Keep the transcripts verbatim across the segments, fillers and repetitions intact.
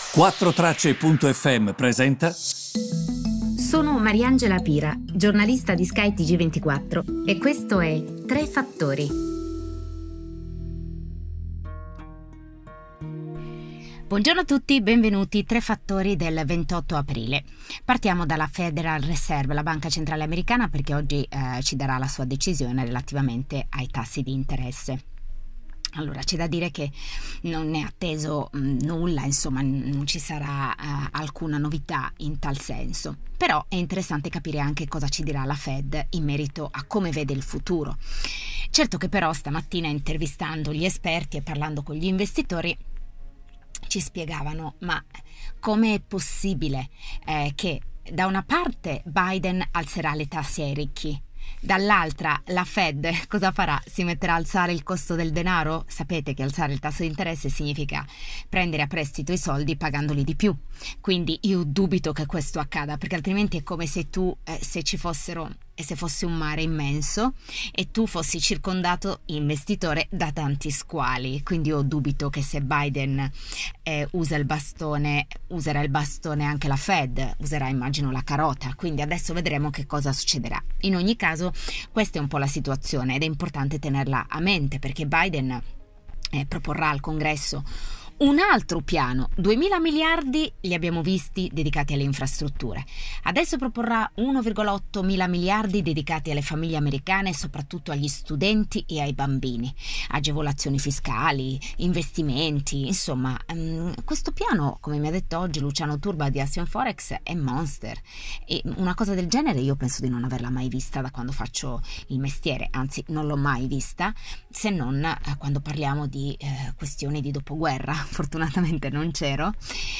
quattro tracce punto effe emme presenta. Sono Mariangela Pira, giornalista di Sky T G ventiquattro e questo è Tre Fattori. Buongiorno a tutti, benvenuti. Tre Fattori del ventotto aprile. Partiamo dalla Federal Reserve, la banca centrale americana, perché oggi eh, ci darà la sua decisione relativamente ai tassi di interesse. Allora, c'è da dire che non è atteso mh, nulla, insomma non ci sarà uh, alcuna novità in tal senso, però è interessante capire anche cosa ci dirà la Fed in merito a come vede il futuro. Certo che però stamattina, intervistando gli esperti e parlando con gli investitori, ci spiegavano ma come è possibile eh, che da una parte Biden alzerà le tasse ai ricchi, dall'altra la Fed cosa farà? Si metterà a alzare il costo del denaro? Sapete che alzare il tasso di interesse significa prendere a prestito i soldi pagandoli di più, quindi io dubito che questo accada, perché altrimenti è come se tu eh, se ci fossero e se fosse un mare immenso e tu fossi circondato, investitore, da tanti squali. Quindi io dubito che se Biden eh, usa il bastone, userà il bastone anche la Fed, userà immagino la carota, quindi adesso vedremo che cosa succederà. In ogni caso questa è un po' la situazione ed è importante tenerla a mente, perché Biden eh, proporrà al Congresso un altro piano, duemila miliardi li abbiamo visti dedicati alle infrastrutture. Adesso proporrà uno virgola otto mila miliardi dedicati alle famiglie americane e soprattutto agli studenti e ai bambini. Agevolazioni fiscali, investimenti, insomma, um, questo piano, come mi ha detto oggi Luciano Turba di Action Forex, è monster. E una cosa del genere io penso di non averla mai vista da quando faccio il mestiere, anzi non l'ho mai vista, se non eh, quando parliamo di eh, questioni di dopoguerra. Fortunatamente non c'ero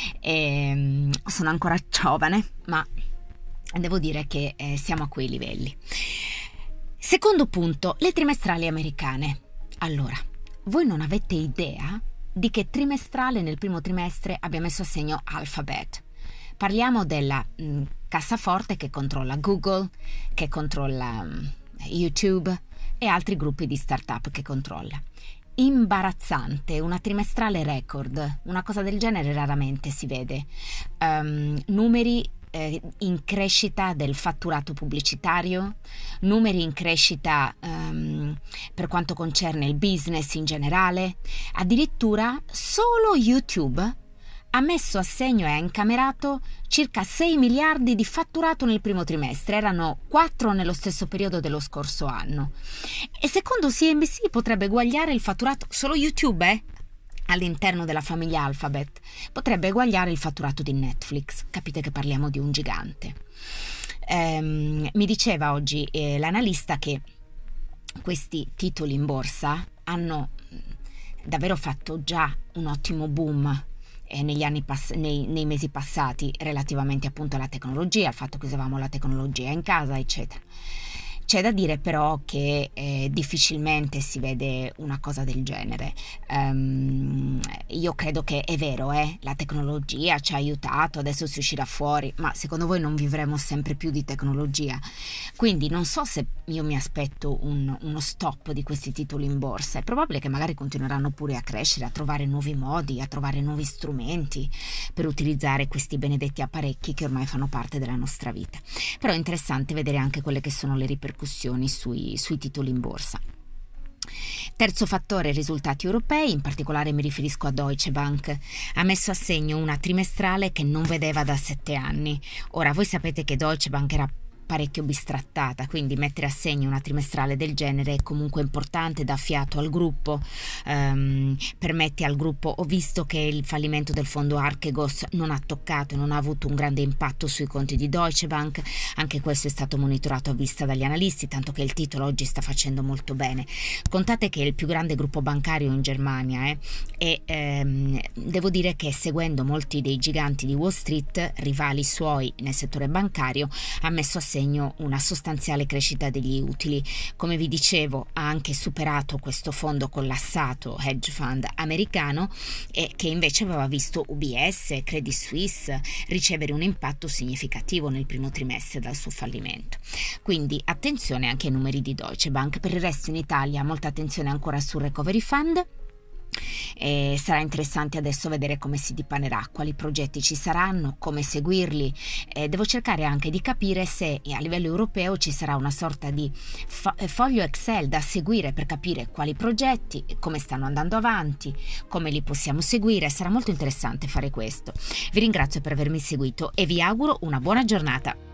e sono ancora giovane, ma devo dire che eh, siamo a quei livelli. Secondo punto, le trimestrali americane. Allora, voi non avete idea di che trimestrale nel primo trimestre abbia messo a segno Alphabet. Parliamo della mh, cassaforte che controlla Google, che controlla mh, YouTube e altri gruppi di startup che controlla. Imbarazzante, una trimestrale record, una cosa del genere raramente si vede. Um, numeri eh, in crescita del fatturato pubblicitario, numeri in crescita um, per quanto concerne il business in generale, addirittura solo YouTube ha messo a segno e ha incamerato circa sei miliardi di fatturato nel primo trimestre, erano quattro nello stesso periodo dello scorso anno. E secondo C N B C potrebbe eguagliare il fatturato, solo YouTube, eh? all'interno della famiglia Alphabet, potrebbe eguagliare il fatturato di Netflix. Capite che parliamo di un gigante. Ehm, mi diceva oggi eh, l'analista che questi titoli in borsa hanno davvero fatto già un ottimo boom negli anni pass- nei, nei mesi passati relativamente appunto alla tecnologia, al fatto che usavamo la tecnologia in casa, eccetera. C'è da dire però che eh, difficilmente si vede una cosa del genere. Um, io credo che è vero, eh, la tecnologia ci ha aiutato, adesso si uscirà fuori, ma secondo voi non vivremo sempre più di tecnologia? Quindi non so se io mi aspetto un, uno stop di questi titoli in borsa. È probabile che magari continueranno pure a crescere, a trovare nuovi modi, a trovare nuovi strumenti per utilizzare questi benedetti apparecchi che ormai fanno parte della nostra vita. Però è interessante vedere anche quelle che sono le ripercussioni Sui, sui titoli in borsa. Terzo fattore, risultati europei, in particolare mi riferisco a Deutsche Bank. Ha messo a segno una trimestrale che non vedeva da sette anni. Ora, voi sapete che Deutsche Bank era parecchio bistrattata, quindi mettere a segno una trimestrale del genere è comunque importante, dà fiato al gruppo, um, permette al gruppo. Ho visto che il fallimento del fondo Archegos non ha toccato, non ha avuto un grande impatto sui conti di Deutsche Bank, anche questo è stato monitorato a vista dagli analisti, tanto che il titolo oggi sta facendo molto bene. Contate che è il più grande gruppo bancario in Germania eh, e ehm, devo dire che, seguendo molti dei giganti di Wall Street, rivali suoi nel settore bancario, ha messo a segno una sostanziale crescita degli utili. Come vi dicevo, ha anche superato questo fondo collassato hedge fund americano e che invece aveva visto U B S, Credit Suisse ricevere un impatto significativo nel primo trimestre dal suo fallimento. Quindi attenzione anche ai numeri di Deutsche Bank. Per il resto in Italia molta attenzione ancora sul Recovery Fund. E sarà interessante adesso vedere come si dipanerà, quali progetti ci saranno, come seguirli. Eh, devo cercare anche di capire se a livello europeo ci sarà una sorta di fo- foglio Excel da seguire per capire quali progetti, come stanno andando avanti, come li possiamo seguire. Sarà molto interessante fare questo. Vi ringrazio per avermi seguito e vi auguro una buona giornata.